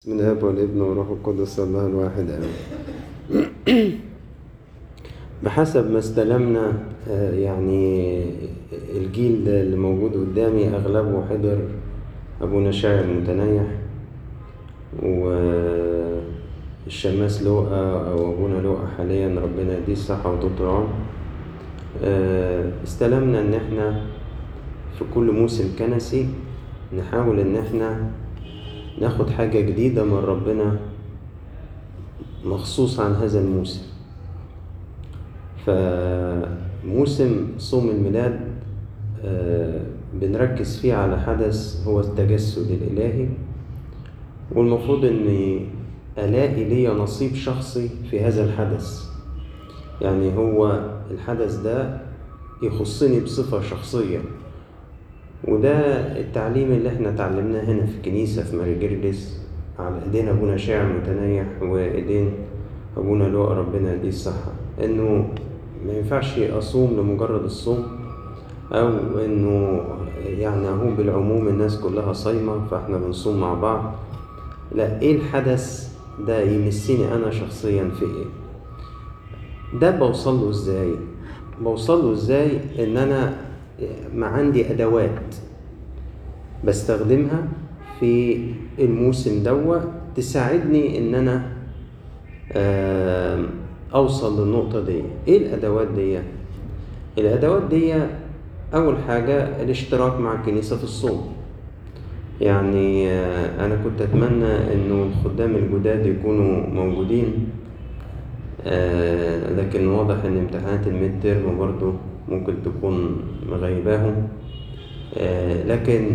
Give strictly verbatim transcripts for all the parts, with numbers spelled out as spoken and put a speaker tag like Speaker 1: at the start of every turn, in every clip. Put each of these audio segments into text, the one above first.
Speaker 1: من الاب والابن والروح القدس الله الواحد امين. بحسب ما استلمنا يعني الجيل اللي موجود قدامي اغلبه حضر ابونا شاعر المتنيح والشماس لوقا او ابونا لوقا حاليا ربنا يديه الصحه وطول العمر. استلمنا ان احنا في كل موسم كنسي نحاول ان احنا ناخد حاجة جديدة من ربنا مخصوص عن هذا الموسم. فموسم صوم الميلاد بنركز فيه على حدث هو التجسد الإلهي، والمفروض أن ألاقي لي نصيب شخصي في هذا الحدث. يعني هو الحدث ده يخصني بصفة شخصية، وده التعليم اللي احنا تعلمناه هنا في الكنيسة في ماري جرجس على ايدين ابونا شاعر متنيح وايدين ابونا لوقا ربنا يديه الصحة، انه ما ينفعش اصوم لمجرد الصوم، او انه يعني هو بالعموم الناس كلها صايمة فاحنا بنصوم مع بعض. لا، ايه الحدث ده يمسني انا شخصيا في ايه؟ ده بوصل له ازاي؟ بوصل له ازاي ان انا ما عندي ادوات بستخدمها في الموسم دوا تساعدني ان انا اوصل للنقطة دي. ايه الادوات دي؟ الادوات دي اول حاجة الاشتراك مع الكنيسة في الصوم. يعني انا كنت اتمنى انه الخدام الجداد يكونوا موجودين، لكن واضح ان امتحانات الميد تيرم برضو ممكن تكون مغيباهم. لكن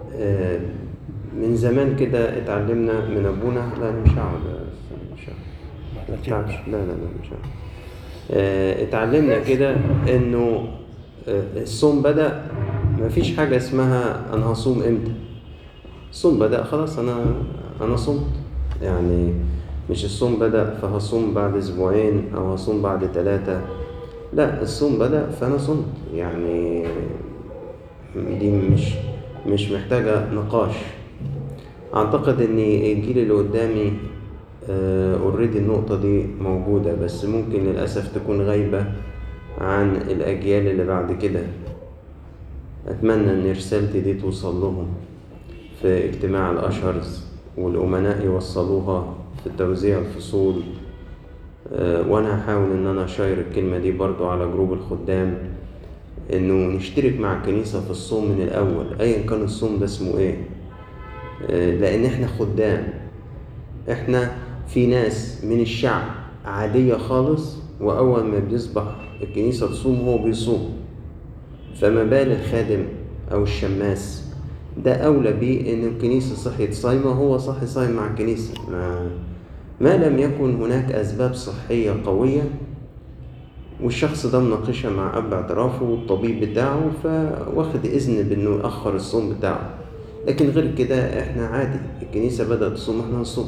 Speaker 1: من زمان كده اتعلمنا من ابونا. لا انا مش هقعد مش هقعد لا لا لا مش هقعد. اتعلمنا كده انه الصوم بدأ، مفيش حاجة اسمها انا هصوم امتى. الصوم بدأ خلاص، انا انا صمت. يعني مش الصوم بدأ فهصوم بعد اسبوعين او هصوم بعد ثلاثة. لا، الصوم بدأ فانا صمت. يعني دي مش مش محتاجة نقاش. اعتقد ان الجيل اللي قدامي اوريدي النقطة دي موجودة، بس ممكن للأسف تكون غايبة عن الأجيال اللي بعد كده. أتمنى أن رسالتي دي توصل لهم في اجتماع الأشهرز والأمناء يوصلوها في توزيع الفصول، وأنا هحاول أن أنا أشير الكلمة دي برضو على جروب الخدام، أنه نشترك مع الكنيسة في الصوم من الأول أيا كان الصوم ده اسمه إيه. لأن إحنا خدام، إحنا في ناس من الشعب عادية خالص، وأول ما بيصبح الكنيسة تصوم هو بيصوم، فما بال الخادم أو الشماس ده أولى بيه إن الكنيسة صحيت صايمة هو صحي صايم مع الكنيسة. ما, ما لم يكن هناك أسباب صحية قوية والشخص ده مناقشها مع أب اعترافه والطبيب بتاعه فواخد إذن بأنه يأخر الصوم بتاعه. لكن غير كده إحنا عادي، الكنيسة بدأت تصوم إحنا نصوم.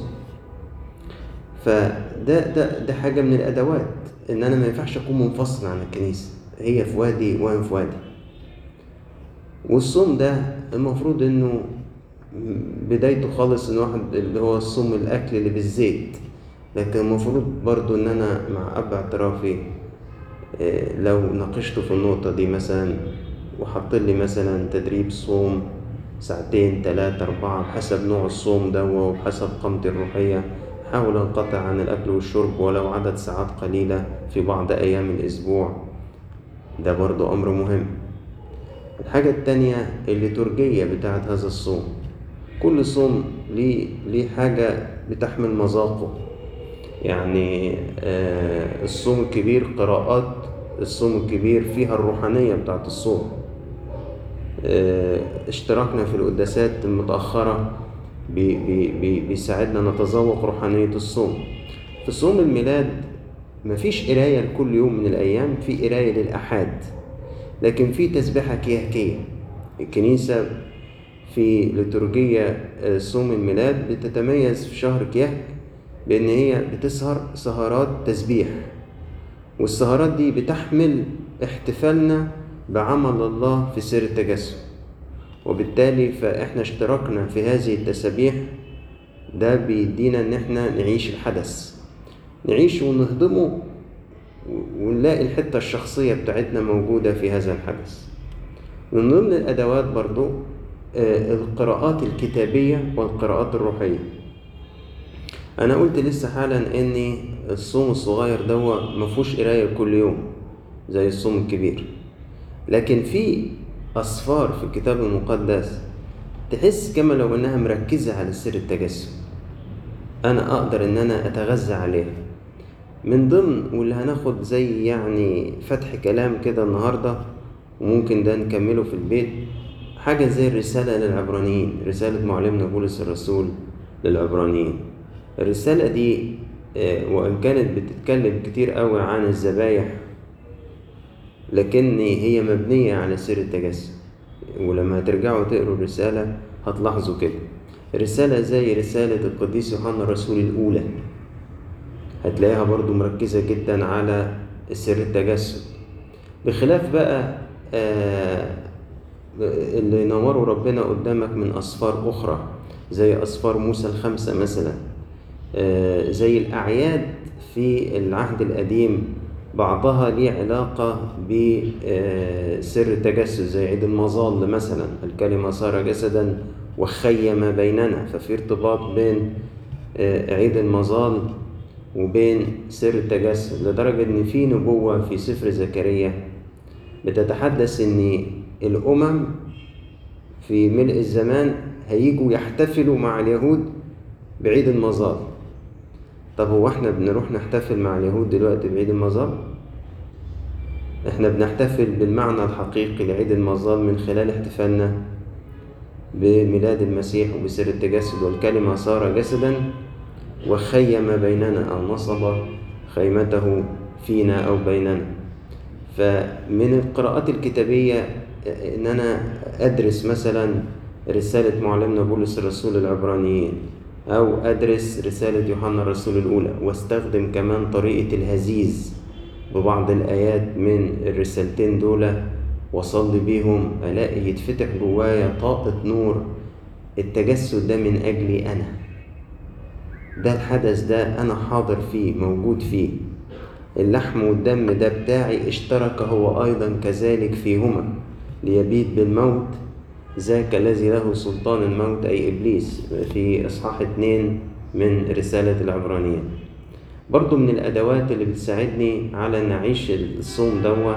Speaker 1: فده ده ده حاجة من الأدوات، إن أنا ما ينفعش أكون منفصل عن الكنيسة، هي في وادي وأنا في وادي. والصوم ده المفروض إنه بدايته خالص إن واحد اللي هو الصوم الأكل اللي بالزيت، لكن المفروض برضو إن أنا مع أب اعترافي لو ناقشته في النقطة دي مثلا وحط لي مثلا تدريب صوم ساعتين ثلاثة أربعة بحسب نوع الصوم ده وبحسب قامتي الروحية، حاول انقطع عن الأكل والشرب ولو عدد ساعات قليلة في بعض أيام الأسبوع. ده برضو أمر مهم. الحاجة التانية الليتورجية بتاعت هذا الصوم. كل صوم ليه, ليه حاجة بتحمل مذاقه. يعني آه الصوم الكبير قراءات، الصوم الكبير فيها الروحانية بتاعت الصوم. آه اشتراكنا في القداسات المتأخرة بي بي بي بيساعدنا نتذوق روحانية الصوم. في صوم الميلاد مفيش قراية لكل يوم من الأيام، في قراية للأحاد، لكن في تسبيحة كيهكية. الكنيسة في ليتورجية صوم الميلاد بتتميز في شهر كيهك بأن هي بتسهر سهرات تسبيح، والسهرات دي بتحمل احتفالنا بعمل الله في سر التجسد، وبالتالي فإحنا اشتركنا في هذه التسبيح ده بيدينا ان احنا نعيش الحدث، نعيش ونهضمه ونلاقي الحتة الشخصية بتاعتنا موجودة في هذا الحدث. من ضمن الأدوات برضو القراءات الكتابية والقراءات الروحية. أنا قلت لسه حالا إن الصوم الصغير دوا مفهوش قراية كل يوم زي الصوم الكبير، لكن في أسفار في الكتاب المقدس تحس كما لو إنها مركزة على سر التجسد، أنا أقدر إن أنا أتغذى عليها. من ضمن واللي هناخد زي يعني فتح كلام كده النهاردة، وممكن ده نكمله في البيت، حاجة زي الرسالة للعبرانيين، رسالة معلمنا بولس الرسول للعبرانيين. الرسالة دي وإن كانت بتتكلم كتير قوي عن الذبايح، لكن هي مبنية على سر التجسد. ولما هترجعوا تقروا الرسالة هتلاحظوا كده. الرسالة زي رسالة القديس يوحنا الرسول الأولى، هتلاقيها برضو مركزة جدا على سر التجسد، بخلاف بقى آه اللي نوروا ربنا قدامك من أسفار أخرى زي أسفار موسى الخمسة مثلا، آه زي الأعياد في العهد القديم، بعضها ليه علاقة بسر التجسد زي عيد المظال مثلا، الكلمة صار جسدا وخيم بيننا، ففي ارتباط بين آه عيد المظال وبين سر التجسد، لدرجة ان في نبوة في سفر زكريا بتتحدث ان الامم في ملء الزمان هيجوا يحتفلوا مع اليهود بعيد المظال. طب هو احنا بنروح نحتفل مع اليهود دلوقتي بعيد المظال؟ احنا بنحتفل بالمعنى الحقيقي لعيد المظال من خلال احتفالنا بميلاد المسيح وبسر التجسد، والكلمة صار جسدا وخيم بيننا أو نصب خيمته فينا أو بيننا. فمن القراءات الكتابية إن أنا أدرس مثلا رسالة معلمنا بولس الرسول العبرانيين، أو أدرس رسالة يوحنا الرسول الأولى، واستخدم كمان طريقة الهزيز ببعض الآيات من الرسالتين دول، وصلي بيهم ألاقي يتفتح جوايا طاقة نور. التجسد ده من أجلي أنا، ده الحدث ده أنا حاضر فيه موجود فيه، اللحم والدم ده بتاعي، اشترك هو أيضا كذلك فيهما ليبيد بالموت ذاك الذي له سلطان الموت أي إبليس، في إصحاح اتنين من رسالة العبرانيين. برضو من الأدوات اللي بتساعدني على أن أعيش الصوم دوا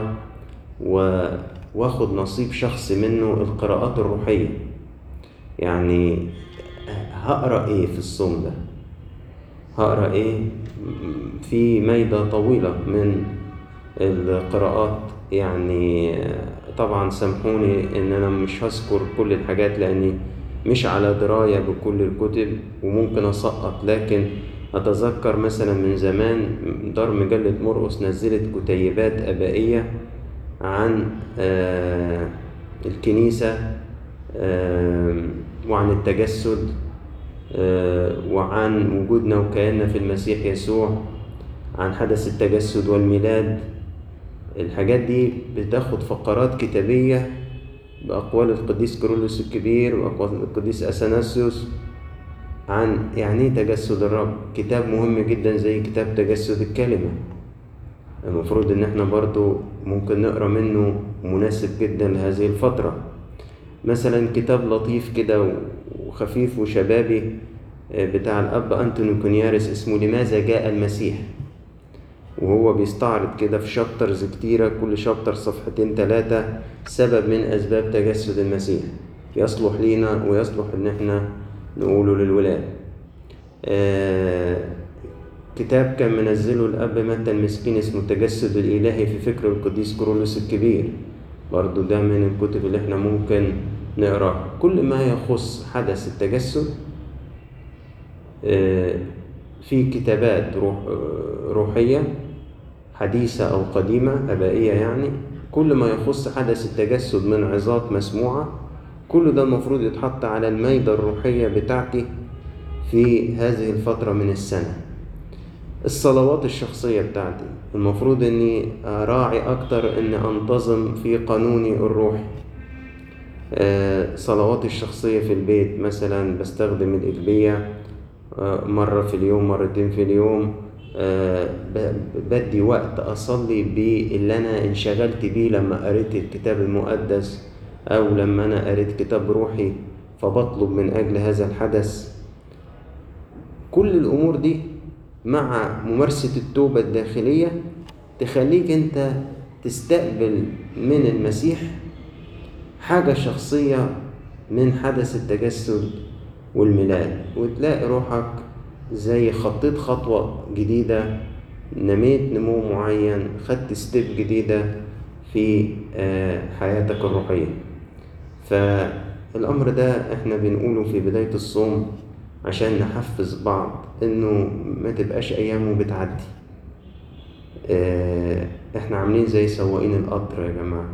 Speaker 1: واخد نصيب شخصي منه القراءات الروحية. يعني هقرأ إيه في الصوم ده؟ هقرأ إيه؟ في ميدة طويلة من القراءات، يعني طبعا سامحوني إن أنا مش هذكر كل الحاجات لأني مش على دراية بكل الكتب وممكن أسقط، لكن أتذكر مثلا من زمان دار مجلة مرقس نزلت كتيبات أبائية عن آه الكنيسة آه وعن التجسد آه وعن وجودنا وكياننا في المسيح يسوع، عن حدث التجسد والميلاد. الحاجات دي بتاخد فقرات كتابية بأقوال القديس كيرلس الكبير وأقوال القديس أثناسيوس عن يعني ايه تجسد الرب. كتاب مهم جدا زي كتاب تجسد الكلمة، المفروض ان احنا برضو ممكن نقرأ منه، مناسب جدا لهذه الفترة. مثلا كتاب لطيف كده وخفيف وشبابي بتاع الأب أنتوني كونيارس اسمه لماذا جاء المسيح، وهو بيستعرض كده في شابترز كتيرة، كل شابتر صفحتين ثلاثة، سبب من أسباب تجسد المسيح يصلح لينا ويصلح ان احنا نقوله للولاد. آه كتاب كان منزله الأب متى المسكين اسمه التجسد الإلهي في فكر القديس كيرلس الكبير، برضو ده من الكتب اللي احنا ممكن نقرأ. كل ما يخص حدث التجسد آه في كتابات روح روحية حديثة أو قديمة أبائية، يعني كل ما يخص حدث التجسد من عظات مسموعة، كل ده المفروض يتحط على الميدة الروحية بتاعتي في هذه الفترة من السنة. الصلوات الشخصية بتاعتي المفروض أني أراعي أكتر أن أنتظم في قانوني الروحي. أه صلواتي الشخصية في البيت مثلا بستخدم الإجبية مرة في اليوم، مرتين في اليوم. بدي وقت أصلي باللي أنا انشغلت بيه لما قريت الكتاب المقدس، أو لما أنا قريت كتاب روحي فبطلب من أجل هذا الحدث. كل الأمور دي مع ممارسة التوبة الداخلية تخليك أنت تستقبل من المسيح حاجة شخصية من حدث التجسد والميلاد، وتلاقي روحك زي خطيت خطوة جديدة، نميت نمو معين، خدت ستيب جديدة في حياتك الروحية. فالأمر ده احنا بنقوله في بداية الصوم عشان نحفز بعض انه ما تبقاش ايامه بتعدي. احنا عاملين زي سواقين القطر يا جماعة.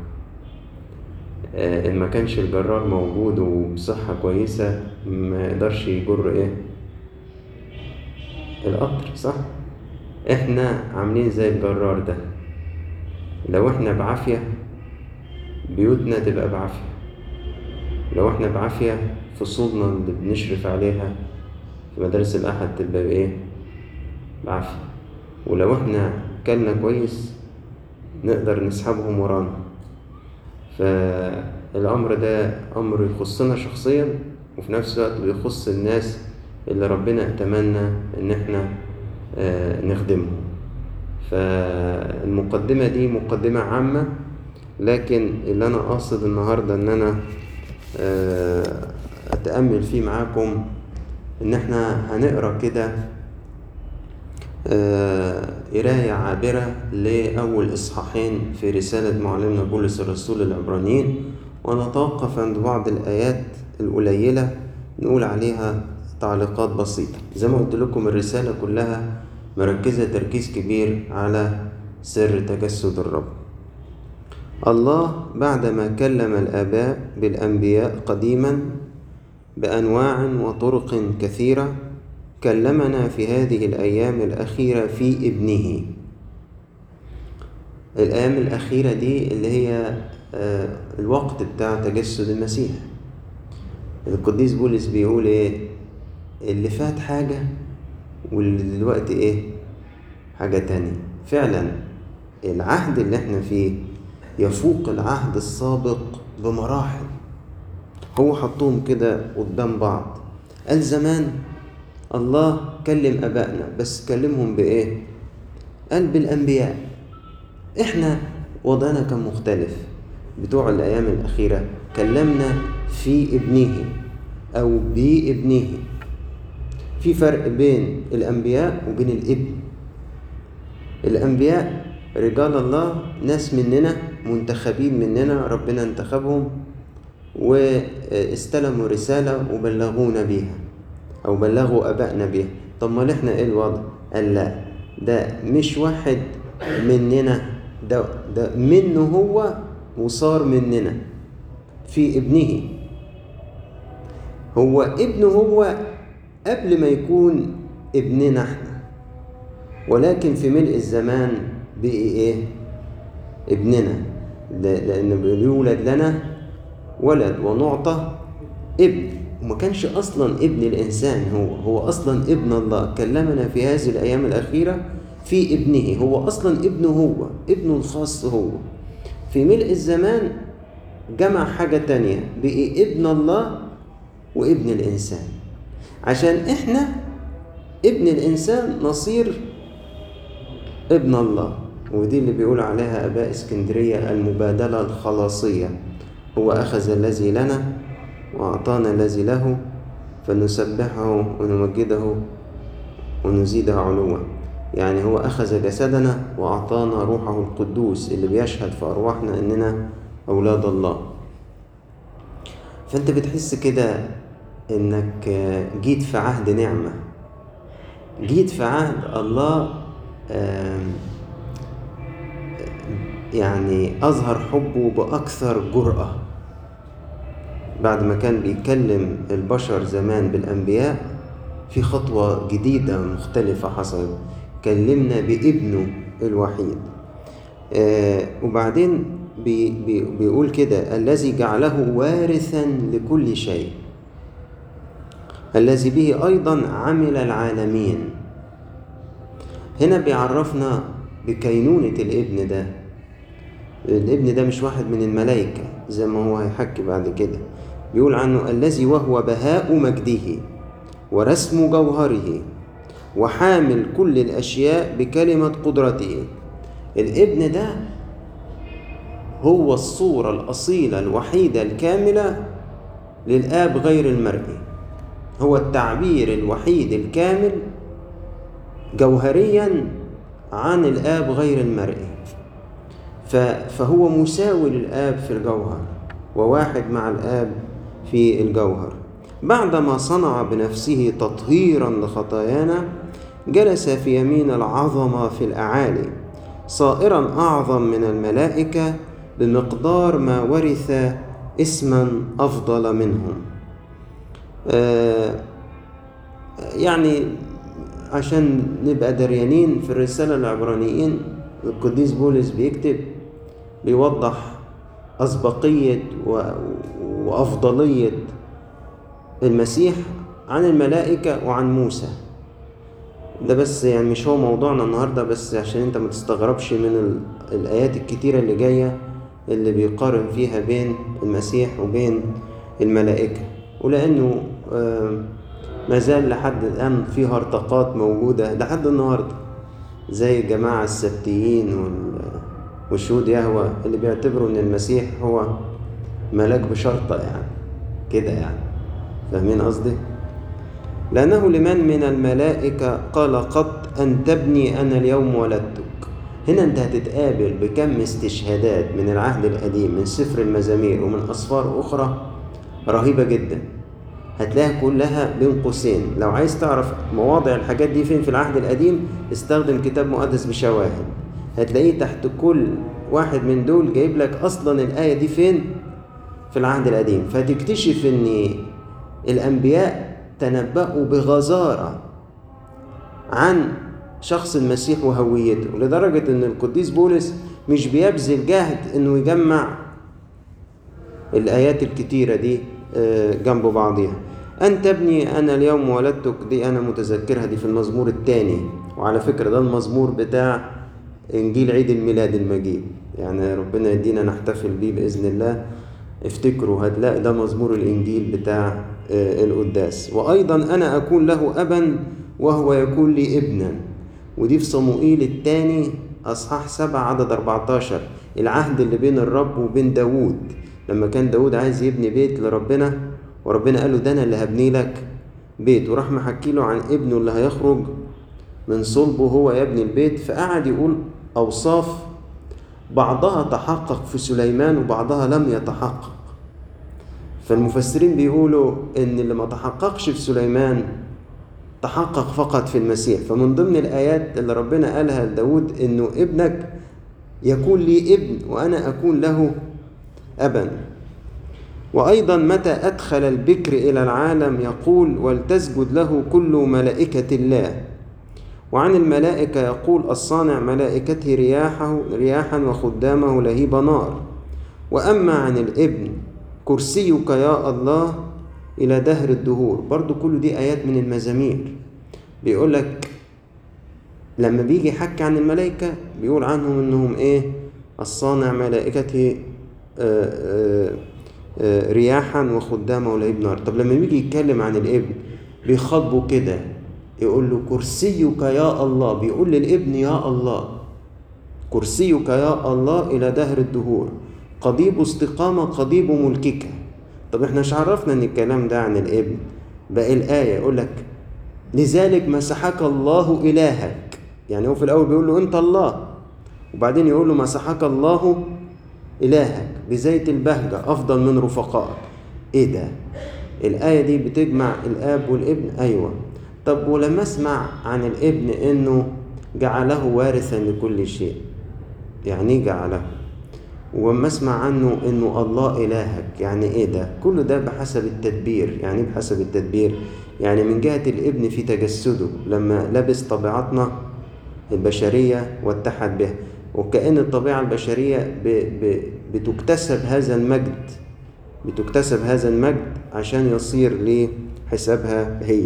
Speaker 1: ان ما كانش الجرار موجود وبصحة كويسة ما يقدرش يجر ايه القطر، صح؟ احنا عاملين زي الجرار ده. لو احنا بعافية بيوتنا تبقى بعافية، لو احنا بعافية فصولنا اللي بنشرف عليها في مدارس الأحد تبقى بإيه؟ بعافية. ولو احنا كلنا كويس نقدر نسحبهم ورانا. فالأمر ده أمر يخصنا شخصيا، وفي نفس الوقت بيخص الناس اللي ربنا اتمنى ان احنا اه نخدمهم. فالمقدمة دي مقدمة عامة، لكن اللي انا قاصد النهاردة ان انا اه اتأمل فيه معاكم ان احنا هنقرأ كده قراية اه عابرة لأول إصحاحين في رسالة معلمنا بولس الرسول للعبرانيين، ونتوقف عند بعض الآيات القليلة نقول عليها تعليقات بسيطة. زي ما قلت لكم الرسالة كلها مركزة تركيز كبير على سر تجسد الرب. الله بعدما كلم الآباء بالأنبياء قديما بأنواع وطرق كثيرة كلمنا في هذه الأيام الأخيرة في ابنه. الأيام الأخيرة دي اللي هي الوقت بتاع تجسد المسيح. القديس بولس بيقول ايه؟ اللي فات حاجة واللي دلوقتي ايه؟ حاجة تانية. فعلا العهد اللي احنا فيه يفوق العهد السابق بمراحل. هو حطهم كده قدام بعض. قال زمان الله كلم أبائنا، بس كلمهم بإيه؟ قال بالأنبياء. إحنا وضعنا كان مختلف. بتوع الأيام الأخيرة كلمنا في ابنه أو بابنه. في فرق بين الأنبياء وبين الابن. الأنبياء رجال الله، ناس مننا منتخبين مننا، ربنا انتخبهم واستلموا رسالة وبلغونا بيها أو بلغوا أبائنا بيها. طب ما احنا إيه الوضع؟ قال لا، ده مش واحد مننا، ده, ده منه هو وصار مننا في ابنه. هو ابنه هو قبل ما يكون ابننا احنا، ولكن في ملء الزمان بقي ايه؟ ابننا، لأنه بيولد لنا ولد ونعطى ابن. وما كانش أصلا ابن الإنسان، هو هو أصلا ابن الله. كلمنا في هذه الأيام الأخيرة في ابنه. هو أصلا ابنه، هو ابنه الخاص. هو في ملء الزمان جمع حاجة تانية، بقي ابن الله وابن الإنسان، عشان إحنا ابن الإنسان نصير ابن الله. ودي اللي بيقول عليها أباء اسكندرية المبادلة الخلاصية. هو أخذ الذي لنا وأعطانا الذي له، فنسبحه ونمجده ونزيده علوا. يعني هو أخذ جسدنا وأعطانا روحه القدوس اللي بيشهد في أرواحنا إننا أولاد الله. فأنت بتحس كده إنك جيت في عهد نعمة، جيت في عهد الله يعني أظهر حبه بأكثر جرأة. بعد ما كان بيتكلم البشر زمان بالأنبياء، في خطوة جديدة مختلفة حصلت، كلمنا بابنه الوحيد. آه وبعدين بي بي بيقول كده الذي جعله وارثا لكل شيء. الذي به أيضا عمل العالمين. هنا بيعرفنا بكينونة الابن ده. الابن ده مش واحد من الملائكة زي ما هو هيحكي بعد كده، بيقول عنه الذي وهو بهاء مجده ورسم جوهره وحامل كل الأشياء بكلمة قدرته. الابن ده هو الصورة الأصيلة الوحيدة الكاملة للآب غير المرئي، هو التعبير الوحيد الكامل جوهريا عن الآب غير المرئي، فهو مساوي للآب في الجوهر وواحد مع الآب في الجوهر. بعدما صنع بنفسه تطهيرا لخطايانا جلس في يمين العظمة في الأعالي صائرا أعظم من الملائكة بمقدار ما ورث اسما أفضل منهم. آه يعني عشان نبقى دريانين، في الرسالة العبرانيين القديس بولس بيكتب بيوضح أسبقية وأفضلية المسيح عن الملائكة وعن موسى. ده بس يعني مش هو موضوعنا النهاردة، بس عشان انت ما تستغربش من الآيات الكتيرة اللي جاية اللي بيقارن فيها بين المسيح وبين الملائكة، ولأنه ما زال لحد الآن في هرطقات موجودة لحد النهاردة زي الجماعة السبتيين والشهود يهوه اللي بيعتبروا ان المسيح هو ملاك بشرطة، يعني كده يعني، فاهمين قصدي؟ لأنه لمن من الملائكة قال قط أن تبني أنا اليوم ولدتك. هنا أنت هتتقابل بكم استشهادات من العهد القديم، من سفر المزامير ومن أسفار أخرى رهيبة جدا، هتلاقيها كلها بين قوسين. لو عايز تعرف مواضع الحاجات دي فين في العهد القديم استخدم كتاب مقدس بشواهد، هتلاقيه تحت كل واحد من دول جايب لك أصلا الآية دي فين في العهد القديم. فتكتشف أن الأنبياء تنبأوا بغزارة عن شخص المسيح وهويته، لدرجة أن القديس بولس مش بيبذل جهد أنه يجمع الآيات الكتيرة دي جنب بعضها. أن تبني أنا اليوم ولدتك دي أنا متذكرها، دي في المزمور الثاني، وعلى فكرة ده المزمور بتاع إنجيل عيد الميلاد المجيد، يعني ربنا يدينا نحتفل بيه بإذن الله. افتكروا هتلاقي ده مزمور الإنجيل بتاع القداس. وأيضا أنا أكون له أبا وهو يكون لي ابنا، ودي في صموئيل الثاني أصحاح سبعة عدد أربعتاشر، العهد اللي بين الرب وبين داود لما كان داود عايز يبني بيت لربنا، وربنا قال له ده أنا اللي هبني لك بيت، وراح محكي له عن ابنه اللي هيخرج من صلبه هو يبني البيت. فقعد يقول أوصاف بعضها تحقق في سليمان وبعضها لم يتحقق. فالمفسرين بيقولوا إن اللي ما تحققش في سليمان تحقق فقط في المسيح. فمن ضمن الآيات اللي ربنا قالها لداود إنه ابنك يكون لي ابن وأنا أكون له أبا. وأيضا متى أدخل البكر إلى العالم يقول ولتسجد له كل ملائكة الله. وعن الملائكة يقول الصانع ملائكته رياحه رياحا وخدامه لهيب نار. وأما عن الابن كرسيك يا الله إلى دهر الدهور. برضو كل دي آيات من المزامير. بيقول لك لما بيجي يحكي عن الملائكة بيقول عنهم إنهم إيه؟ الصانع ملائكته رياحا وخدامه لهيب نار. طب لما بيجي يتكلم عن الابن بيخاطبه كده، يقول له كرسيك يا الله، بيقول للابن يا الله كرسيك يا الله إلى دهر الدهور، قضيب استقامة قضيب ملكك. طب احنا مش عرفنا ان الكلام ده عن الابن؟ بقى الآية يقول لك لذلك مسحك الله إلهك. يعني هو في الأول بيقول له أنت الله، وبعدين يقول له مسحك الله إلهك بزيت البهجة أفضل من رفقائك. إيه ده؟ الآية دي بتجمع الآب والابن؟ أيوة. طب ولما اسمع عن الابن إنه جعله وارثا لكل شيء، يعني إيه جعله؟ وما اسمع عنه إنه الله إلهك، يعني إيه ده؟ كل ده بحسب التدبير. يعني إيه بحسب التدبير؟ يعني من جهة الابن في تجسده لما لبس طبيعتنا البشرية واتحد بها، وكأن الطبيعة البشرية ب ب بتكتسب هذا المجد بتكتسب هذا المجد عشان يصير حسابها هي.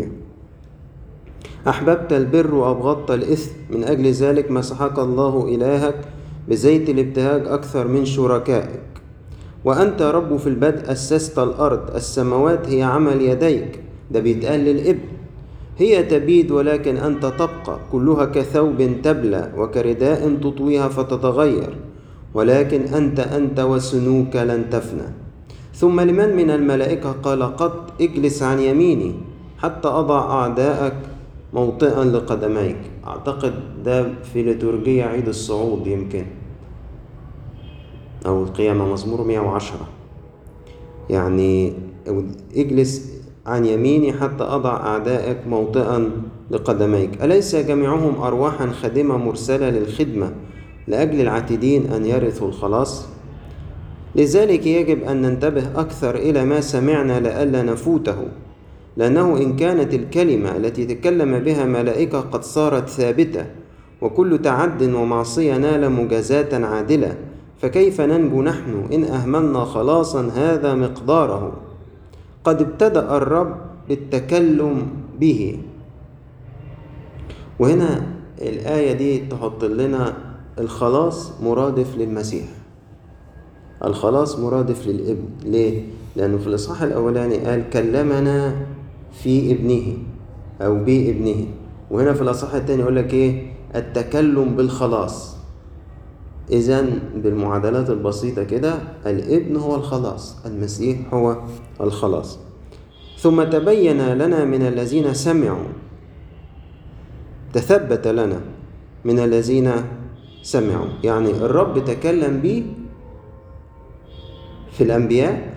Speaker 1: أحببت البر وأبغضت الإثم، من أجل ذلك مسحك الله إلهك بزيت الابتهاج أكثر من شركائك. وأنت رب في البدء أسست الأرض، السماوات هي عمل يديك. ده بيتقال للابن. هي تبيد ولكن أنت تبقى، كلها كثوب تبلى وكرداء تطويها فتتغير، ولكن أنت أنت وسنوك لن تفنى. ثم لمن من الملائكة قال قط اجلس عن يميني حتى أضع أعداءك موطئا لقدميك. أعتقد ده في ليتورجية عيد الصعود يمكن، أو القيامة، مزمور مئة وعشرة. يعني اجلس عن يميني حتى أضع أعدائك موطئا لقدميك. أليس جميعهم أرواحا خادمة مرسلة للخدمة لأجل العاتدين أن يرثوا الخلاص؟ لذلك يجب أن ننتبه أكثر إلى ما سمعنا لئلا نفوته، لأنه إن كانت الكلمة التي تكلم بها ملائكة قد صارت ثابتة، وكل تعد ومعصية نال مجازاة عادلة، فكيف ننجو نحن إن أهملنا خلاصا هذا مقداره؟ قد ابتدأ الرب بالتكلم به. وهنا الآية دي تحط لنا الخلاص مرادف للمسيح. الخلاص مرادف للابن. ليه؟ لأنه في الإصحاح الأولاني قال كلمنا في ابنه أو بابنه، وهنا في الإصحاح الثاني يقول لك إيه؟ التكلم بالخلاص. إذن بالمعادلات البسيطة كده الابن هو الخلاص، المسيح هو الخلاص. ثم تبين لنا من الذين سمعوا، تثبت لنا من الذين سمعوا، يعني الرب تكلم به في الأنبياء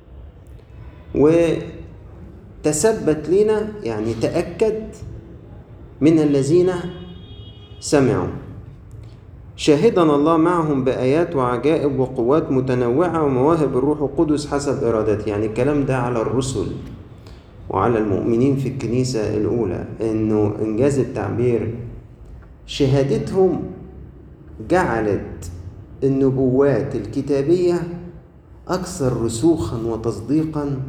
Speaker 1: وتثبت لنا، يعني تأكد من الذين سمعوا. شاهدنا الله معهم بآيات وعجائب وقوات متنوعة ومواهب الروح القدس حسب إرادته. يعني الكلام ده على الرسل وعلى المؤمنين في الكنيسة الأولى، إنه إنجاز التعبير شهادتهم جعلت النبوات الكتابية أكثر رسوخا وتصديقا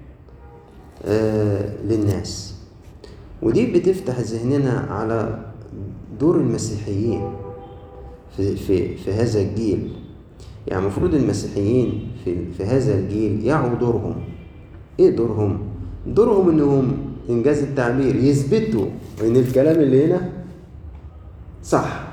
Speaker 1: آه للناس. ودي بتفتح ذهننا على دور المسيحيين في, في, في هذا الجيل. يعني المفروض المسيحيين في, في هذا الجيل يعوا دورهم. إيه دورهم؟ دورهم إنهم إنجاز التعبير يثبتوا إن الكلام اللي هنا صح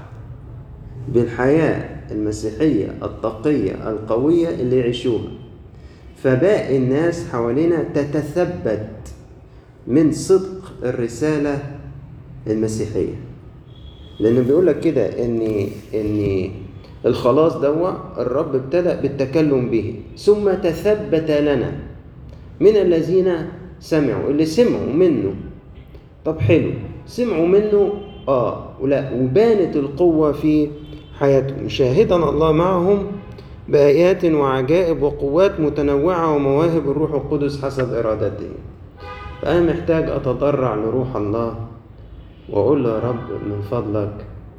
Speaker 1: بالحياة المسيحية التقية القوية اللي يعيشوها، فباقي الناس حوالينا تتثبت من صدق الرسالة المسيحية. لأنه بيقول لك كده إن إن الخلاص دوا الرب ابتدأ بالتكلم به ثم تثبت لنا من الذين سمعوا، اللي سمعوا منه. طب حلو، سمعوا منه آه ولا وبانت القوة في حياتهم. شاهدنا الله معهم بآيات وعجائب وقوات متنوعة ومواهب الروح القدس حسب إرادته. فأنا محتاج أتضرع لروح الله وأقول له يا رب من فضلك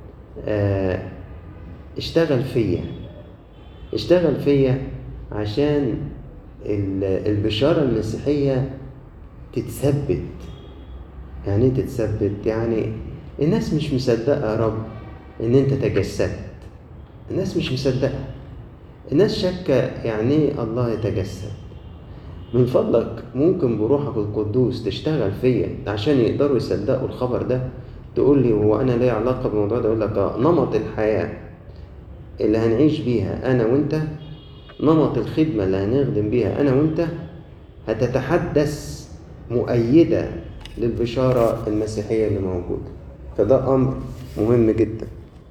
Speaker 1: آه اشتغل فيا اشتغل فيا عشان البشارة المسيحية تتثبت. يعني تتثبت يعني الناس مش مصدقة يا رب ان انت تجسدت. الناس مش مصدقة، الناس شاكة يعني الله يتجسد. من فضلك ممكن بروحك القدوس تشتغل فيا عشان يقدروا يصدقوا الخبر ده. تقول لي هو انا ليه علاقة بالموضوع ده؟ اقول لك نمط الحياة اللي هنعيش بيها انا وانت، نمط الخدمة اللي هنخدم بيها انا وانت، هتتحدث مؤيدة للبشارة المسيحية اللي موجودة. فده أمر مهم جدا.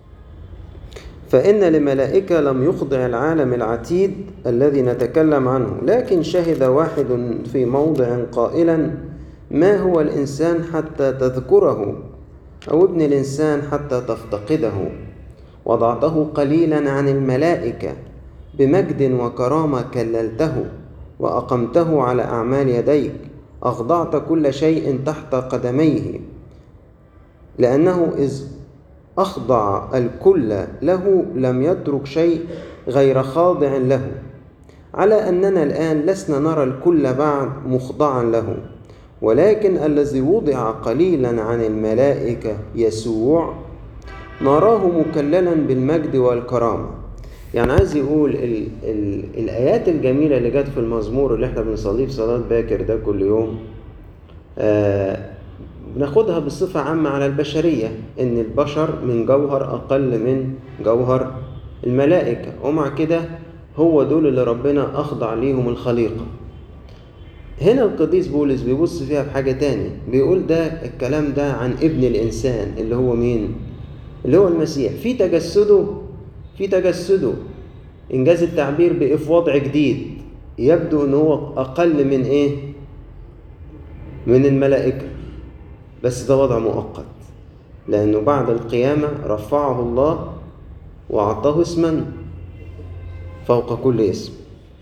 Speaker 1: فإن لملائكة لم يخضع العالم العتيد الذي نتكلم عنه، لكن شهد واحد في موضع قائلا ما هو الإنسان حتى تذكره، أو ابن الإنسان حتى تفتقده. وضعته قليلا عن الملائكة، بمجد وكرامة كللته وأقمته على أعمال يديك، أخضعت كل شيء تحت قدميه، لأنه إذ أخضع الكل له لم يترك شيء غير خاضع له، على أننا الآن لسنا نرى الكل بعد مخضعا له، ولكن الذي وضع قليلا عن الملائكة يسوع نراه مكللا بالمجد والكرامة. يعني عايز يقول ال ال الآيات الجميلة اللي جت في المزمور اللي احنا بنصليه في صلاة باكر ده كل يوم، آه بناخدها بصفة عامة على البشرية، إن البشر من جوهر أقل من جوهر الملائكة، ومع كده هو دول اللي ربنا أخضع ليهم الخليقة. هنا القديس بولس بيبص فيها بحاجة تاني، بيقول ده الكلام ده عن ابن الإنسان اللي هو مين؟ اللي هو المسيح. في تجسده في تجسده إنجاز التعبير بقى في وضع جديد، يبدو إن هو أقل من إيه؟ من الملائكة، بس ده وضع مؤقت، لأنه بعد القيامة رفعه الله وأعطاه اسما فوق كل اسم.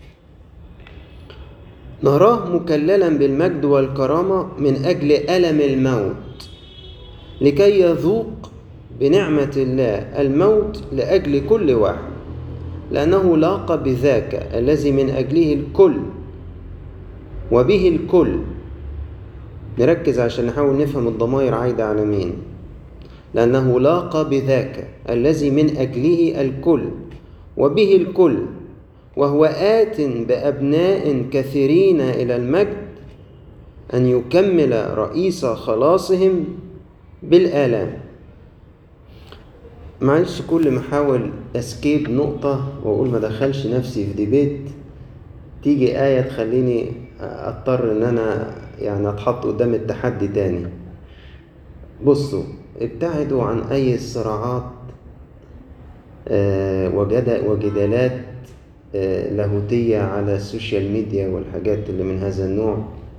Speaker 1: نراه مكللا بالمجد والكرامة من أجل ألم الموت، لكي يذوق بنعمة الله الموت لأجل كل واحد، لأنه لاقى بذاك الذي من أجله الكل وبه الكل. نركز عشان نحاول نفهم الضمائر عايدة على مين. لأنه لاقى بذاك الذي من أجله الكل وبه الكل، وهو آت بأبناء كثيرين إلى المجد، أن يكمل رئيس خلاصهم بالآلام. معلش كل ما احاول اسكيب نقطة واقول ما دخلش نفسي في ديبيت، تيجي آية تخليني اضطر ان انا يعني اتحط قدام التحدي تاني. بصوا، ابتعدوا عن اي صراعات وجدالات لاهوتية على السوشيال ميديا والحاجات اللي من هذا النوع،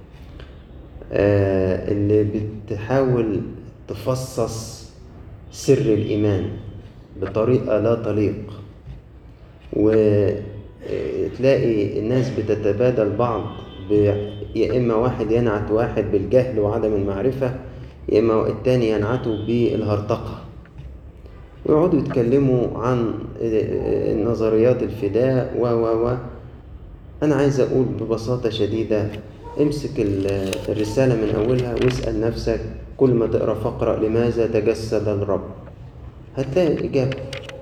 Speaker 1: اللي بتحاول تفصص سر الإيمان بطريقة لا تليق، وتلاقي الناس بتتبادل بعض، يا إما واحد ينعت واحد بالجهل وعدم المعرفة، يا إما التاني ينعته بالهرطقة، ويقعدوا يتكلموا عن نظريات الفداء و و و أنا عايز أقول ببساطة شديدة، امسك الرسالة من أولها واسأل نفسك كل ما تقرأ فقرة لماذا تجسد الرب، هتلاقي الإجابة.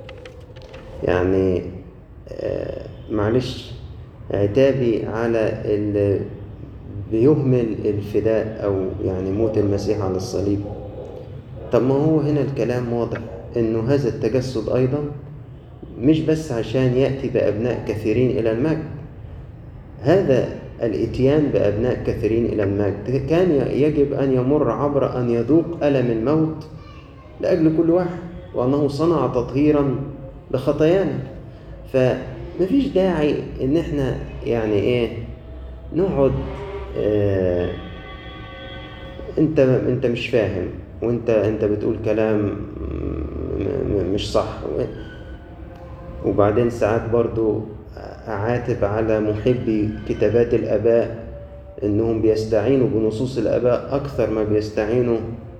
Speaker 1: يعني آه معلش عتابي على اللي بيهمل الفداء أو يعني موت المسيح على الصليب. طب ما هو هنا الكلام واضح إنه هذا التجسد أيضا مش بس عشان يأتي بأبناء كثيرين إلى المجد، هذا الاتيان بأبناء كثيرين إلى المجد كان يجب أن يمر عبر أن يذوق ألم الموت لأجل كل واحد، وأنه صنع تطهيرا لخطايانا. فمفيش داعي إن احنا يعني إيه نقعد آه انت انت مش فاهم، وانت انت بتقول كلام مش صح، وبعدين ساعات برضو أعاتب على محبي كتابات الآباء إنهم بيستعينوا بنصوص الآباء أكثر ما بيستعينوا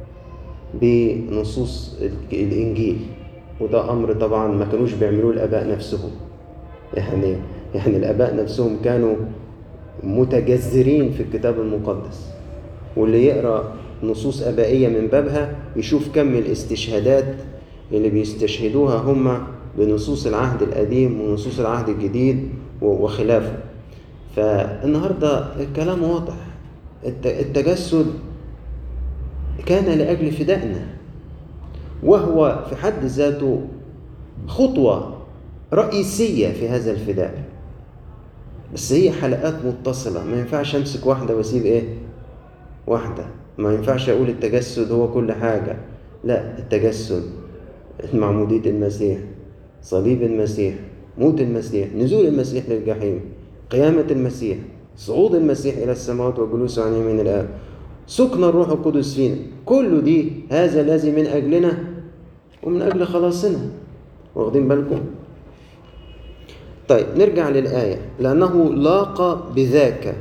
Speaker 1: بنصوص الإنجيل، وده أمر طبعا ما كانوش بيعملوه الآباء نفسهم. يعني يعني الآباء نفسهم كانوا متجذرين في الكتاب المقدس، واللي يقرأ نصوص آبائية من بابها يشوف كم الاستشهادات اللي بيستشهدوها هم بنصوص العهد القديم ونصوص العهد الجديد وخلافه. فالنهاردة الكلام واضح، التجسد كان لأجل فدائنا، وهو في حد ذاته خطوة رئيسية في هذا الفداء، بس هي حلقات متصلة، ما ينفعش أمسك واحدة وأسيب إيه واحدة، ما ينفعش أقول التجسد هو كل حاجة. لا، التجسد معمودية المسيح، صليب المسيح، موت المسيح، نزول المسيح للجحيم، قيامة المسيح، صعود المسيح إلى السماوات وجلوسه عن يمين الآب، سكن الروح القدس فينا، كل دي هذا الذي من أجلنا ومن أجل خلاصنا. واخدين بالكم؟ طيب نرجع للآية، لأنه لاقى بذاك.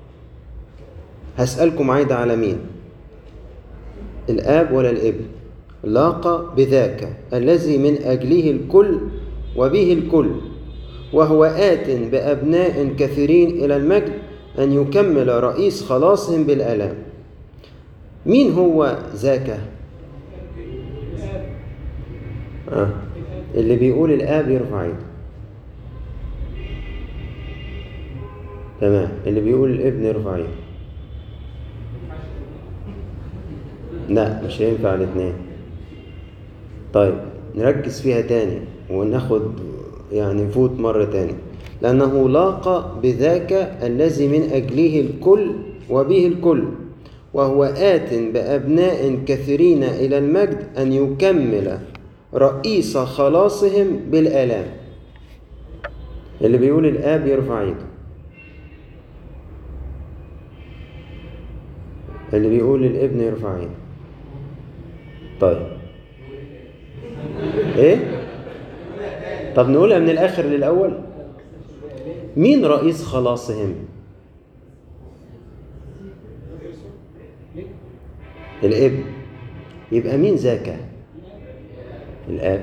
Speaker 1: هسألكم عايدة على مين؟ الآب ولا الابن؟ لاقى بذاك الذي من أجله الكل وبه الكل، وهو آت بأبناء كثيرين إلى المجد، أن يكمل رئيس خلاصهم بالآلام. مين هو ذاك؟ آه. اللي بيقول الآب يرفع ايده. تمام. اللي بيقول الابن يرفع ايده. لا، مش هينفع الاثنين. طيب نركز فيها تاني وناخد يعني فوت مرة تاني. لأنه لاقى بذاك الذي من أجله الكل وبه الكل، وهو آت بأبناء كثيرين إلى المجد أن يكمل رئيس خلاصهم بالآلام. اللي بيقول الآب يرفع ايده. اللي بيقول الابن يرفع ايده. طيب ايه؟ طب نقولها من الآخر للأول. مين رئيس خلاصهم؟ الابن. يبقى مين ذاك؟ الآب.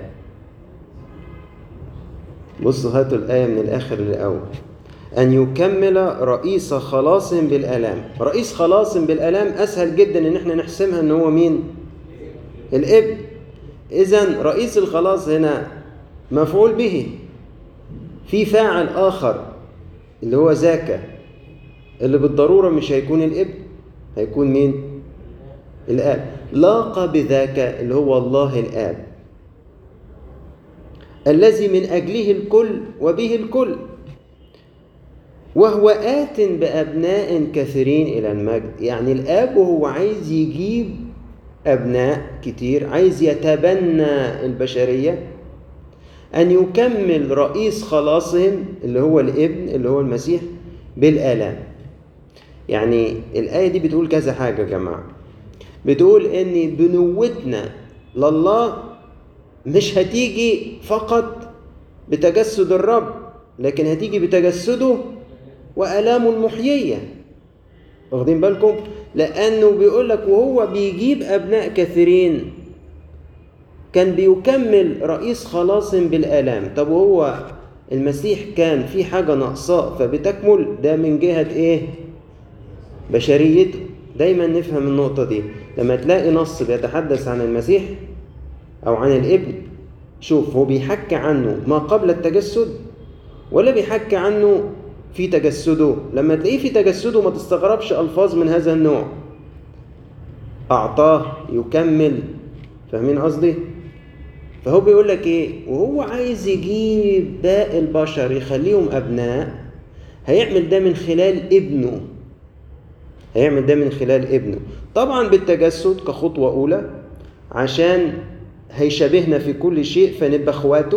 Speaker 1: بصوا هاتوا الآية من الآخر للأول. أن يكمل رئيس خلاص بالآلام. رئيس خلاص بالآلام أسهل جدا إن احنا نحسمها إن هو مين؟ الابن. إذن رئيس الخلاص هنا مفعول به، في فاعل آخر اللي هو ذاك، اللي بالضرورة مش هيكون الابن، هيكون مين؟ الآب. لاقى بذاك اللي هو الله الآب الذي من أجله الكل وبه الكل، وهو آت بأبناء كثيرين إلى المجد. يعني الآب وهو عايز يجيب أبناء كتير، عايز يتبنى البشرية، أن يكمل رئيس خلاصهم اللي هو الابن اللي هو المسيح بالآلام. يعني الآية دي بتقول كذا حاجة يا جماعة. بتقول إن بنوتنا لله مش هتيجي فقط بتجسد الرب، لكن هتيجي بتجسده وآلامه المحيية. واخدين بالكم؟ لأنه بيقول لك وهو بيجيب أبناء كثيرين كان بيكمل رئيس خلاص بالآلام. طب وهو المسيح كان في حاجة ناقصاه فبتكمل، ده من جهة إيه؟ بشريته. دايما نفهم النقطة دي. لما تلاقي نص بيتحدث عن المسيح أو عن الابن، شوف هو بيحكي عنه ما قبل التجسد ولا بيحكي عنه في تجسده. لما تلاقيه في تجسده ما تستغربش ألفاظ من هذا النوع. أعطاه، يكمل. فاهمين قصدي؟ فهو بيقول لك إيه؟ وهو عايز يجيب باقي البشر يخليهم أبناء، هيعمل ده من خلال ابنه. هيعمل ده من خلال ابنه طبعا بالتجسد كخطوة أولى، عشان هيشبهنا في كل شيء فنبقى اخواته،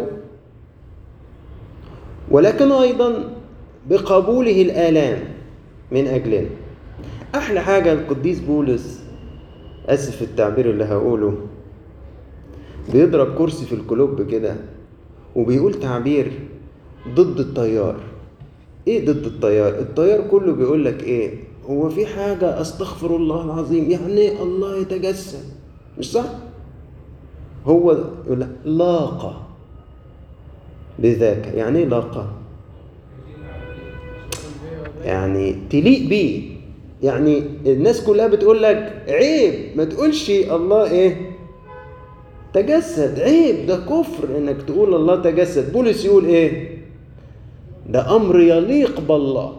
Speaker 1: ولكن أيضا بقبوله الآلام من أجلنا. أحلى حاجة القديس بولس، أسف التعبير اللي هقوله، بيضرب كرسي في الكلوب كده وبيقول تعبير ضد التيار. إيه ضد التيار؟ التيار كله بيقول لك إيه؟ هو في حاجة أستغفر الله العظيم يعني الله يتجسد، مش صح؟ هو يقول لك لاقى بذاك. يعني إيه لاقى؟ يعني تليق بيه. يعني الناس كلها بتقول لك عيب ما تقولش الله ايه تجسد، عيب، ده كفر انك تقول الله تجسد. بولس يقول ايه؟ ده امر يليق بالله.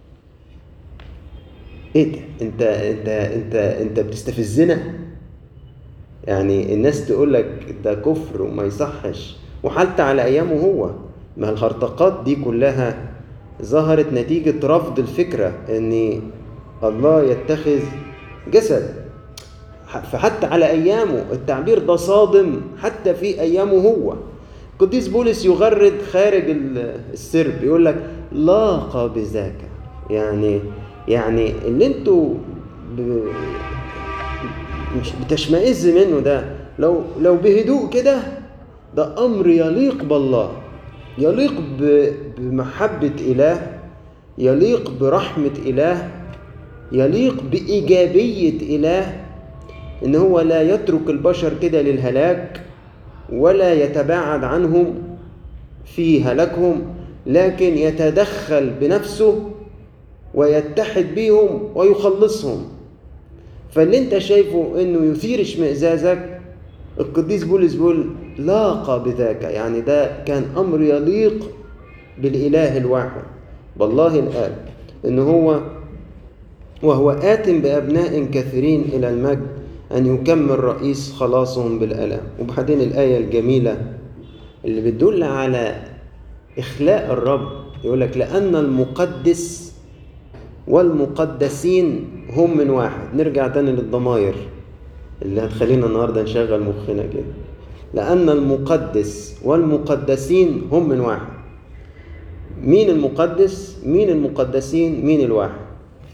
Speaker 1: ايه ده؟ انت انت انت انت بتستفزنا. يعني الناس تقول لك ده كفر وما يصحش، وحتى على ايامه هو. ما الهرطقات دي كلها ظهرت نتيجة رفض الفكرة ان الله يتخذ جسد. فحتى على أيامه التعبير ده صادم، حتى في أيامه هو. قديس بولس يغرد خارج السرب يقول لك لاقى بذاك. يعني يعني اللي انتوا ب... مش بتشمئز منه ده، لو لو بهدوء كده، ده أمر يليق بالله، يليق بمحبة إله، يليق برحمة إله، يليق بإيجابية إله، إن هو لا يترك البشر كده للهلاك ولا يتباعد عنهم في هلاكهم، لكن يتدخل بنفسه ويتحد بهم ويخلصهم. فاللي انت شايفه انه يثير اشمئزازك، القديس بولس بيقول لاقى بذاك، يعني ده كان امر يليق بالاله الواحد بالله الاب، ان هو وهو آت بأبناء كثيرين إلى المجد أن يكمل رئيس خلاصهم بالألم. وبعدين الآية الجميلة اللي بتدل على إخلاء الرب، يقول لك لأن المقدس والمقدسين هم من واحد. نرجع تاني للضمائر اللي هتخلينا النهاردة نشغل مخنا كده. لأن المقدس والمقدسين هم من واحد. مين المقدس؟ مين المقدسين؟ مين الواحد؟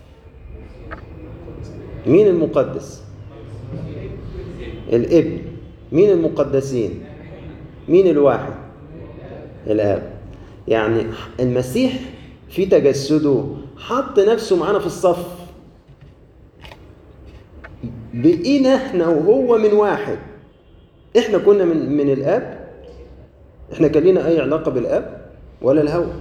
Speaker 1: مين المقدس؟ الابن. مين المقدسين؟ مين الواحد؟ الاب. يعني المسيح في تجسده حط نفسه معانا في الصف، بقينا احنا وهو من واحد. احنا كنا من من الاب، احنا كان لنا اي علاقه بالاب ولا الهوى؟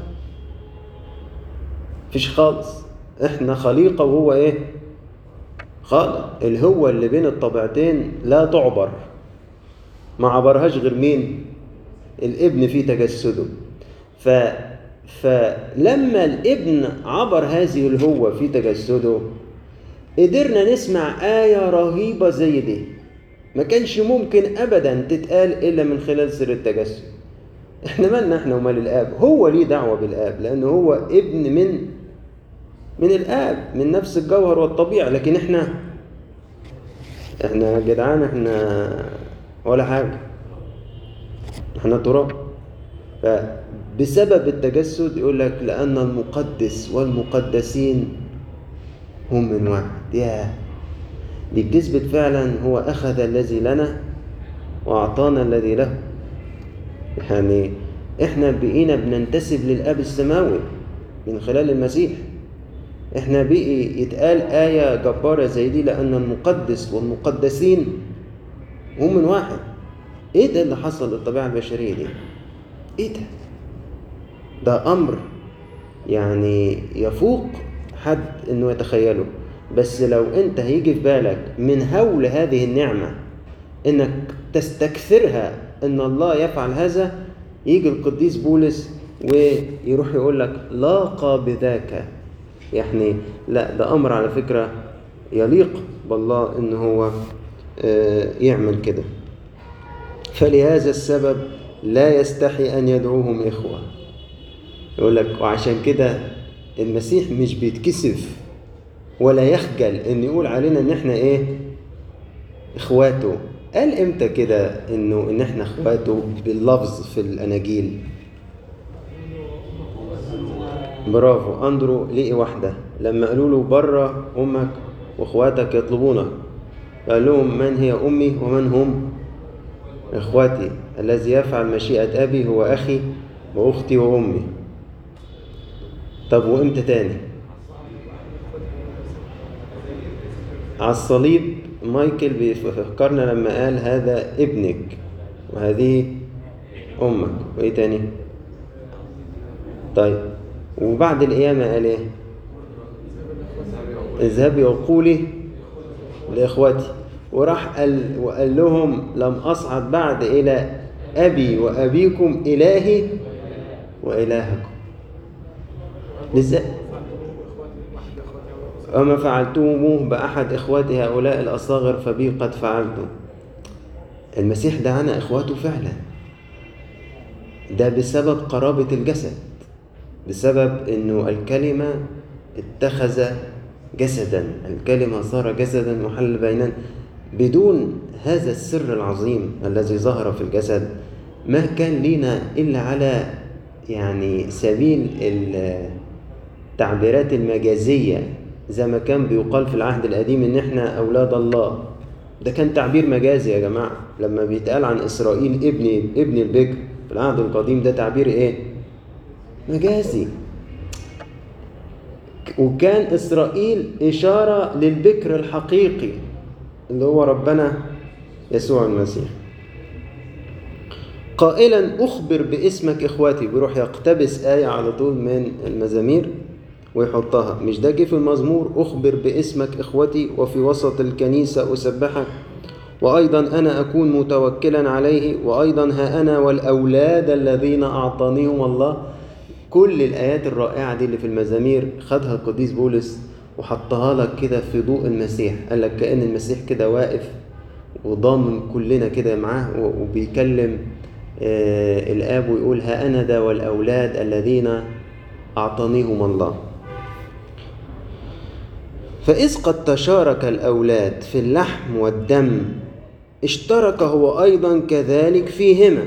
Speaker 1: فيش خالص. احنا خليقه وهو ايه؟ خالق. الهوة اللي بين الطبيعتين لا تعبر، ما عبرهاش غير مين؟ الابن في تجسده. ف... فلما الابن عبر هذه الهوة في تجسده، قدرنا نسمع آية رهيبة زي دي ما كانش ممكن أبدا تتقال إلا من خلال سر التجسد. احنا مالنا احنا ومال الآب؟ هو ليه دعوة بالآب لأنه هو ابن من من الآب، من نفس الجوهر والطبيعة. لكن احنا احنا يا جدعان احنا ولا حاجة، احنا تراب. فبسبب التجسد يقول لك لأن المقدس والمقدسين هم من واحد. يا دي بتثبت فعلا هو أخذ الذي لنا وأعطانا الذي له. يعني احنا بقينا بننتسب للآب السماوي من خلال المسيح. احنا بقي يتقال آية جبارة زي دي لأن المقدس والمقدسين هم من واحد. ايه ده اللي حصل للطبيعة البشرية دي؟ ايه ده؟ ده أمر يعني يفوق حد انه يتخيله. بس لو انت هيجي في بالك من هول هذه النعمة انك تستكثرها ان الله يفعل هذا، يجي القديس بولس ويروح يقول لك لاقى بذاك. يعني لا، ده أمر على فكرة يليق بالله إن هو يعمل كده. فلهذا السبب لا يستحي أن يدعوهم إخوة. يقول لك وعشان كده المسيح مش بيتكسف ولا يخجل إن يقول علينا إن إحنا إيه؟ إخواته. قال إمتى كده إنه إن إحنا إخواته باللفظ في الأناجيل؟ برافو، أندرو لقي واحدة لما قالوا له بره أمك وإخواتك يطلبونك، قال لهم من هي أمي ومن هم إخواتي؟ الذي يفعل مشيئة أبي هو أخي وأختي وأمي. طب وإمتى تاني؟ على الصليب مايكل بيفكرنا لما قال هذا ابنك وهذه أمك. وإيه تاني؟ طيب وبعد القيامة قال إيه؟ اذهبي وقولي لإخوتي. وراح قال وقال لهم لم أصعد بعد إلى أبي وأبيكم إلهي وإلهكم. لذا وما فعلتموه بأحد إخوتي هؤلاء الأصاغر فبي قد فعلتم. المسيح دعانا إخواته فعلا، ده بسبب قرابة الجسد، بسبب أنه الكلمة اتخذ جسدا، الكلمة صار جسدا وحل بيننا. بدون هذا السر العظيم الذي ظهر في الجسد ما كان لنا إلا على يعني سبيل التعبيرات المجازية، زي ما كان بيقال في العهد القديم إن إحنا أولاد الله. ده كان تعبير مجازي يا جماعة. لما بيتقال عن إسرائيل ابن ابن البكر في العهد القديم، ده تعبير إيه؟ مجازي. وكان إسرائيل إشارة للبكر الحقيقي اللي هو ربنا يسوع المسيح. قائلا أخبر باسمك إخواتي، بيروح يقتبس آية على طول من المزامير. ويحطها. مش ده جه في المزمور: أخبر باسمك إخوتي وفي وسط الكنيسة أسبحك، وأيضا أنا أكون متوكلا عليه، وأيضا ها أنا والأولاد الذين أعطانيهم الله. كل الآيات الرائعة دي اللي في المزامير خدها القديس بولس وحطها لك كده في ضوء المسيح. قال لك كأن المسيح كده واقف وضامن كلنا كده معاه وبيكلم آه الآب ويقول: ها أنا ذا والأولاد الذين أعطانيهم الله. فإذ قد تشارك الأولاد في اللحم والدم، اشترك هو أيضا كذلك فيهما.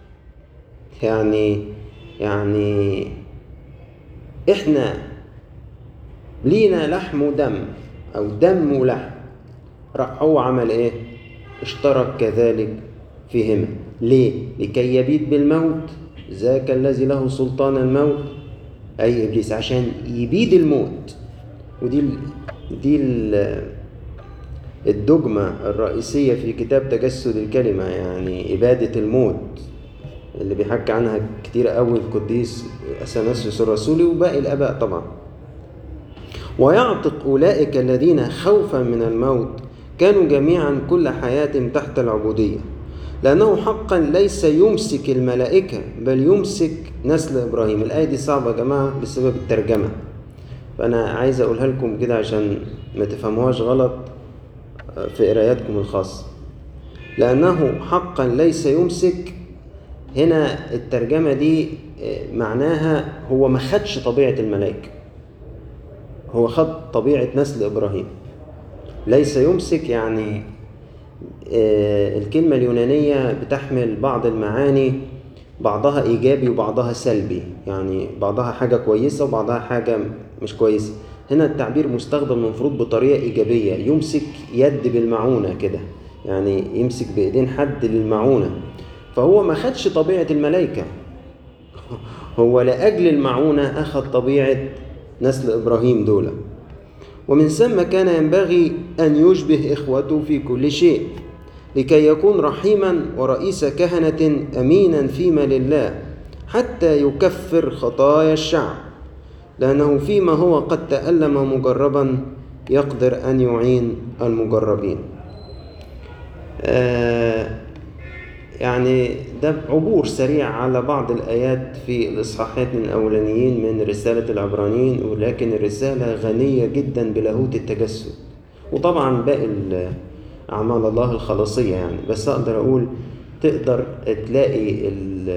Speaker 1: يعني يعني إحنا لينا لحم ودم أو دم ولحم، راح هو عمل إيه؟ اشترك كذلك فيهما. ليه؟ لكي يبيد بالموت ذاك الذي له سلطان الموت أي إبليس، عشان يبيد الموت. ودي ال دي ال الدogma الرئيسية في كتاب تجسد الكلمة، يعني إبادة الموت اللي بيحكي عنها كتير قوي القديس أثناسيوس الرسولي وباقي الآباء طبعا. ويعتق أولئك الذين خوفا من الموت كانوا جميعا كل حياتهم تحت العبودية، لأنه حقا ليس يمسك الملائكة بل يمسك نسل إبراهيم. الآية دي صعبة يا جماعة بسبب الترجمة، فأنا عايز أقولها لكم كده عشان ما تفهموهاش غلط في قراياتكم الخاصة. لأنه حقا ليس يمسك، هنا الترجمة دي معناها هو ما خدش طبيعة الملائكة، هو خد طبيعة نسل إبراهيم. ليس يمسك يعني الكلمة اليونانية بتحمل بعض المعاني، بعضها إيجابي وبعضها سلبي، يعني بعضها حاجة كويسة وبعضها حاجة مش كويسة. هنا التعبير مستخدم المفروض بطريقة إيجابية، يمسك يد بالمعونة كده، يعني يمسك بإيدين حد للمعونة. فهو ما خدش طبيعة الملائكة، هو لأجل المعونة أخذ طبيعة نسل إبراهيم دولة. ومن ثم كان ينبغي أن يشبه إخوته في كل شيء لكي يكون رحيما ورئيس كهنة أمينا فيما لله حتى يكفر خطايا الشعب، لأنه فيما هو قد تألم مجربا يقدر أن يعين المجربين. آه يعني ده عبور سريع على بعض الآيات في الإصحاحات الأولانيين من رسالة العبرانيين، ولكن الرسالة غنية جدا بلاهوت التجسد وطبعا باقي أعمال الله الخلاصية يعني. بس أقدر أقول تقدر تلاقي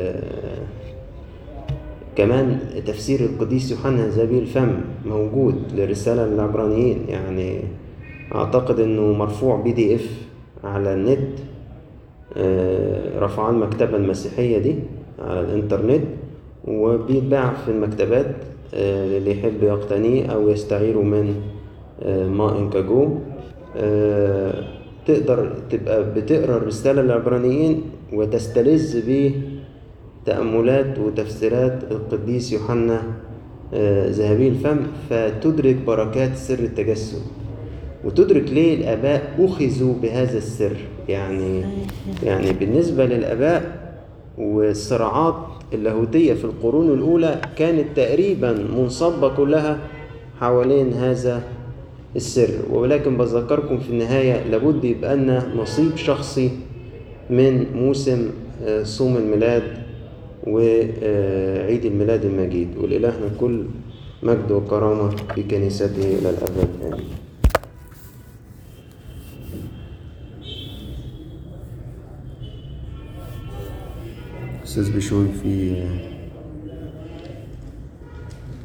Speaker 1: كمان تفسير القديس يوحنا ذهبي الفم موجود للرسالة للعبرانيين، يعني أعتقد أنه مرفوع بي دي اف على النت، رفعوا المكتبة المسيحية دي على الانترنت وبيتباع في المكتبات اللي يحب يقتنيه أو يستعيره من ما إنكاجو. تقدر تبقى بتقرأ الرسالة للعبرانيين وتستلذ به تأملات وتفسيرات القديس يوحنا ذهبي الفم، فتدرك بركات سر التجسد وتدرك ليه الآباء أخذوا بهذا السر. يعني يعني بالنسبة للآباء والصراعات اللاهوتية في القرون الأولى كانت تقريبا منصبة كلها حوالين هذا السر. ولكن بذكركم في النهاية لابد يبقى لنا نصيب شخصي من موسم صوم الميلاد وعيد الميلاد المجيد، ولإلهنا كل مجد وكرامة في كنيسته إلى الأبد آمين. أستاذ بشوي في